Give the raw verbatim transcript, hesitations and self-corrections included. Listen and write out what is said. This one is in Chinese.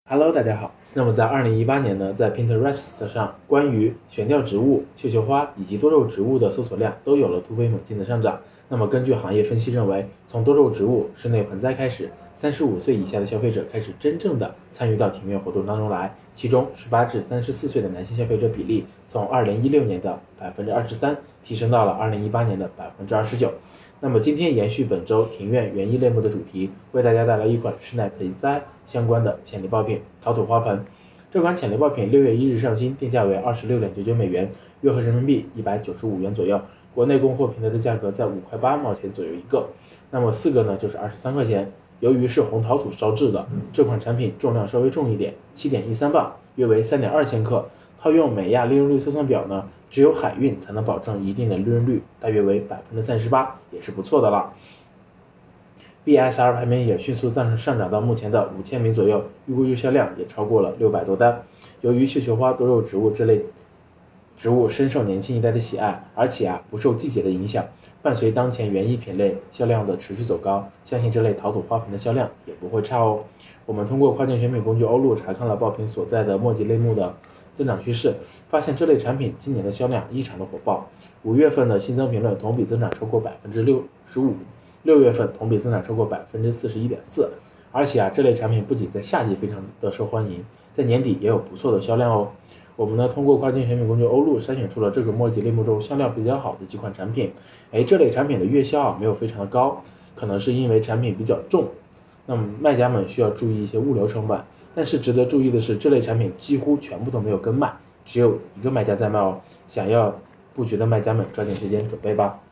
Hello，大家好。那么在二零一八年呢，在 Pinterest 上关于悬吊植物、绣球花以及多肉植物的搜索量都有了突飞猛进的上涨。那么根据行业分析认为，从多肉植物、室内盆栽开始，三十五岁以下的消费者开始真正的参与到庭院活动当中来。其中十八至三十四岁的男性消费者比例从二零一六年的百分之二十三提升到了二零一八年的百分之二十九。那么今天延续本周庭院园艺类目的主题，为大家带来一款室内盆栽相关的潜力爆品——陶土花盆。这款潜力爆品六月一日上新，定价为二十六点九九美元，约合人民币一百九十五元左右。国内供货平台的价格在五块八毛钱左右一个，那么四个呢就是二十三块钱。由于是红陶土烧制的，这款产品重量稍微重一点，七点一三磅，约为三点二千克。套用美亚利润率测算表呢，只有海运才能保证一定的利润率，大约为百分之三十八，也是不错的了。B S R 排名也迅速上上涨到目前的五千名左右，预估预销量也超过了六百多单。由于绣球花、多肉植物这类植物深受年轻一代的喜爱，而且啊不受季节的影响，伴随当前园艺品类销量的持续走高，相信这类陶土花盆的销量也不会差哦。我们通过跨境选品工具欧路查看了爆品所在的墨迹类目的增长趋势，发现这类产品今年的销量异常的火爆。五月份的新增评论同比增长超过百分之六十五，六月份同比增长超过百分之四十一点四。而且啊，这类产品不仅在夏季非常的受欢迎，在年底也有不错的销量哦。我们呢通过跨境选品工具欧路筛选出了这个墨迹类目中销量比较好的几款产品。哎，这类产品的月销啊没有非常的高，可能是因为产品比较重，那么卖家们需要注意一些物流成本。但是值得注意的是，这类产品几乎全部都没有跟卖，只有一个卖家在卖哦。想要布局的卖家们抓紧时间准备吧。